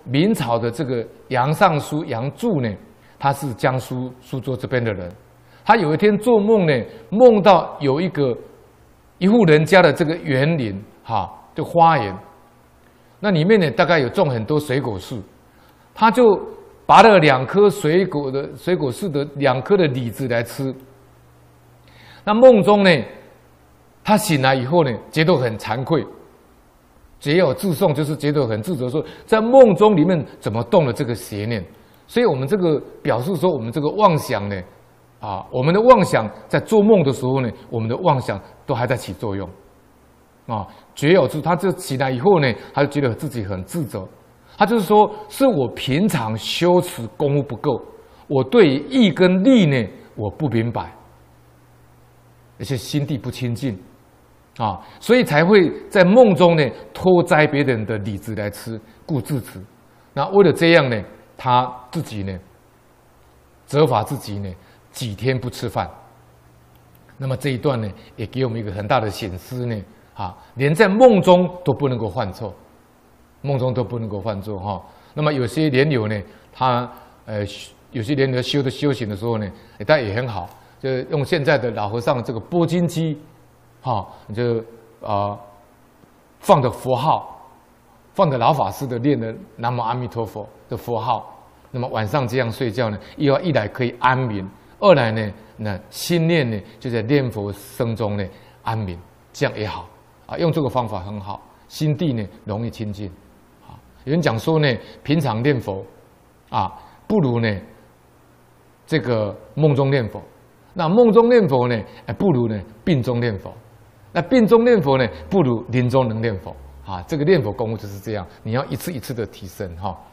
明朝的这个杨尚书杨柱呢，他是江苏苏州这边的人，他有一天做梦呢，梦到有一户人家的这个园林这花园，那里面呢大概有种很多水果树，他就拔了2棵水果树的2颗的李子来吃。那梦中呢，他醒来以后呢，觉得很惭愧，觉有自颂，就是觉得很自责，说在梦中里面怎么动了这个邪念。所以我们这个表示说，我们这个妄想呢，我们的妄想在做梦的时候呢，我们的妄想都还在起作用。觉有自，他就起来以后呢，他就觉得自己很自责。他就是说，是我平常修持功夫不够，我对义跟利呢，我不明白，而且心地不清净，所以才会在梦中呢偷摘别人的李子来吃，故自持。那为了这样呢，他自己呢责罚自己呢几天不吃饭。那么这一段呢，也给我们一个很大的显示呢，连在梦中都不能够犯错。梦中都不能够犯错那么有些莲友呢，他有些莲友修行的时候呢，他也很好，就用现在的老和尚这个钵金机，就放的佛号，放的老法师的念的南无阿弥陀佛的佛号。那么晚上这样睡觉呢，一来可以安眠，二来呢，那心念呢就在念佛声中呢安眠，这样也好用这个方法很好，心地呢容易清净。有人讲说呢，平常念佛不如呢这个梦中念佛。那梦中念佛呢，不如呢病中念佛。那病中念佛呢，不如临终能念佛。这个念佛功夫就是这样，你要一次一次的提升